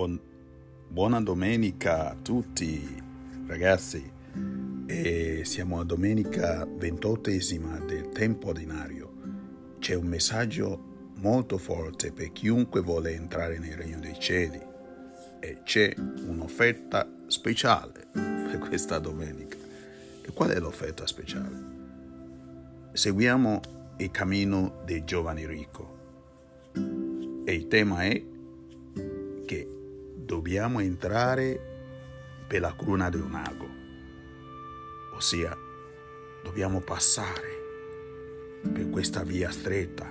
Buona domenica a tutti ragazzi, e siamo a domenica 28esima del tempo ordinario. C'è un messaggio molto forte per chiunque vuole entrare nel regno dei cieli e c'è un'offerta speciale per questa domenica. E qual è l'offerta speciale? Seguiamo il cammino dei giovani ricchi e il tema è che dobbiamo entrare per la cruna di un ago, ossia dobbiamo passare per questa via stretta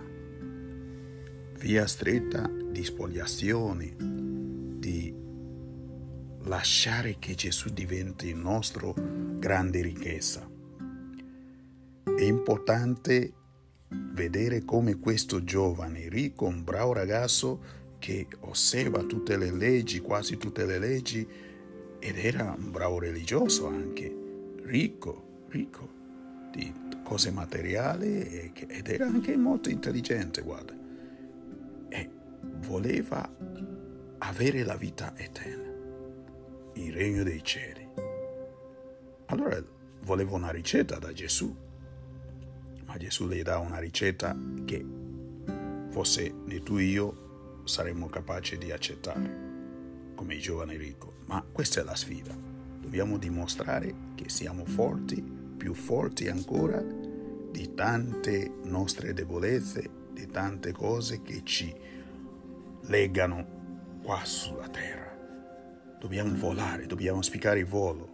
di spoliazione, di lasciare che Gesù diventi il nostro grande ricchezza. È importante vedere come questo giovane ricco, un bravo ragazzo che osserva tutte le leggi, quasi tutte le leggi, ed era un bravo religioso anche, ricco di cose materiali ed era anche molto intelligente, guarda, e voleva avere la vita eterna, il regno dei cieli. Allora voleva una ricetta da Gesù, ma Gesù le dà una ricetta che forse né tu e io saremmo capaci di accettare come i giovani ricchi. Ma questa è la sfida. Dobbiamo dimostrare che siamo forti, più forti ancora di tante nostre debolezze, di tante cose che ci legano qua sulla terra. Dobbiamo volare, dobbiamo spiccare il volo.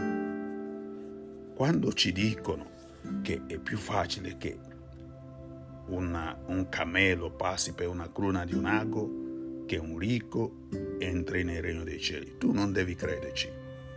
Quando ci dicono che è più facile che un cammello passi per una cruna di un ago che un ricco entri nel regno dei cieli, tu non devi crederci.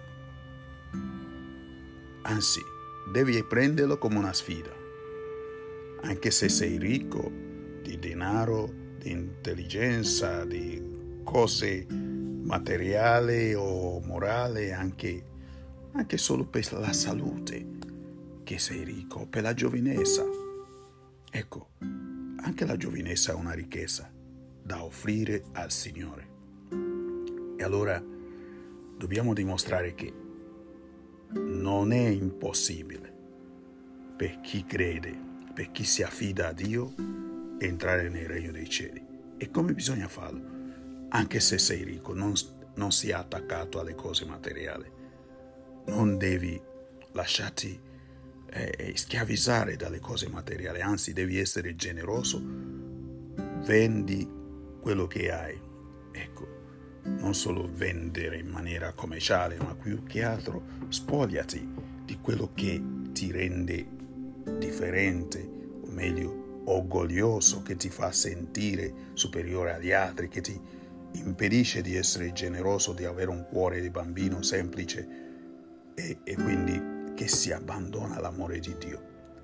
Anzi, devi prenderlo come una sfida. Anche se sei ricco di denaro, di intelligenza, di cose materiali o morali, anche solo per la salute che sei ricco, per la giovinezza. Ecco, anche la giovinezza è una ricchezza da offrire al Signore. E allora dobbiamo dimostrare che non è impossibile per chi crede, per chi si affida a Dio, entrare nel regno dei cieli. E come bisogna farlo? Anche se sei ricco, non sia attaccato alle cose materiali. Non devi lasciarti schiavizzare dalle cose materiali, anzi devi essere generoso. Vendi quello che hai, ecco, non solo vendere in maniera commerciale, ma più che altro spogliati di quello che ti rende differente, o meglio orgoglioso, che ti fa sentire superiore agli altri, che ti impedisce di essere generoso, di avere un cuore di bambino semplice e quindi che si abbandona all'amore di Dio.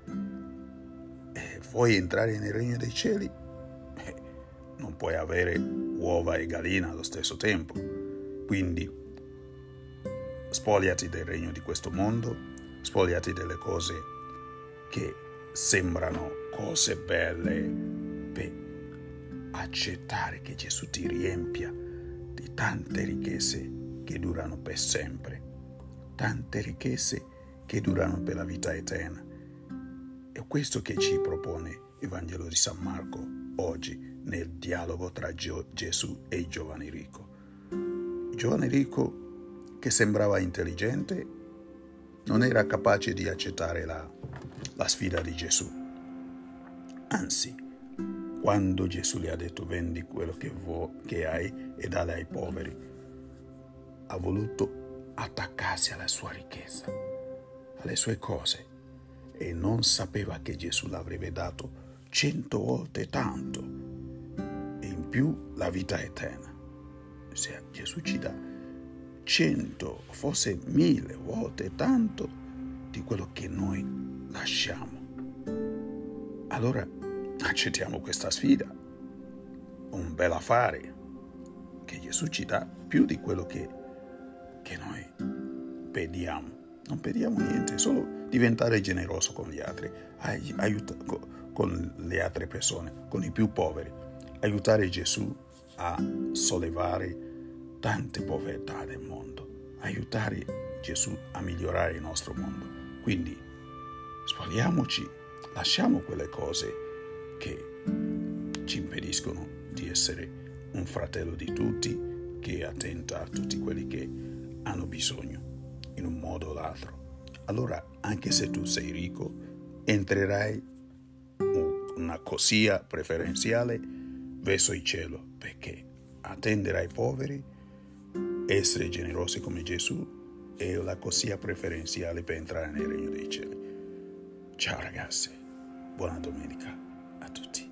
Vuoi entrare nel regno dei cieli? Non puoi avere uova e gallina allo stesso tempo. Quindi spogliati del regno di questo mondo, spogliati delle cose che sembrano cose belle, per accettare che Gesù ti riempia di tante ricchezze che durano per sempre, tante ricchezze che durano per la vita eterna. È questo che ci propone il Vangelo di San Marco oggi nel dialogo tra Gesù e il giovane ricco. Il giovane ricco, che sembrava intelligente, non era capace di accettare la sfida di Gesù. Anzi, quando Gesù le ha detto vendi quello che hai e dale ai poveri, ha voluto attaccarsi alla sua ricchezza, alle sue cose, e non sapeva che Gesù l'avrebbe dato 100 volte tanto e in più la vita eterna. Se Gesù ci dà 100, forse 1000 volte tanto di quello che noi lasciamo, allora accettiamo questa sfida, un bel affare, che Gesù ci dà più di quello che noi pediamo. Non pediamo niente, solo diventare generoso con gli altri, con le altre persone, con i più poveri, aiutare Gesù a sollevare tante povertà nel mondo, aiutare Gesù a migliorare il nostro mondo. Quindi spogliamoci, lasciamo quelle cose che ci impediscono di essere un fratello di tutti, che attenta a tutti quelli che hanno bisogno in un modo o l'altro. Allora, anche se tu sei ricco, entrerai una corsia preferenziale verso il cielo, perché attendere ai poveri, essere generosi come Gesù, è la corsia preferenziale per entrare nel regno dei cieli. Ciao ragazzi, buona domenica a tutti.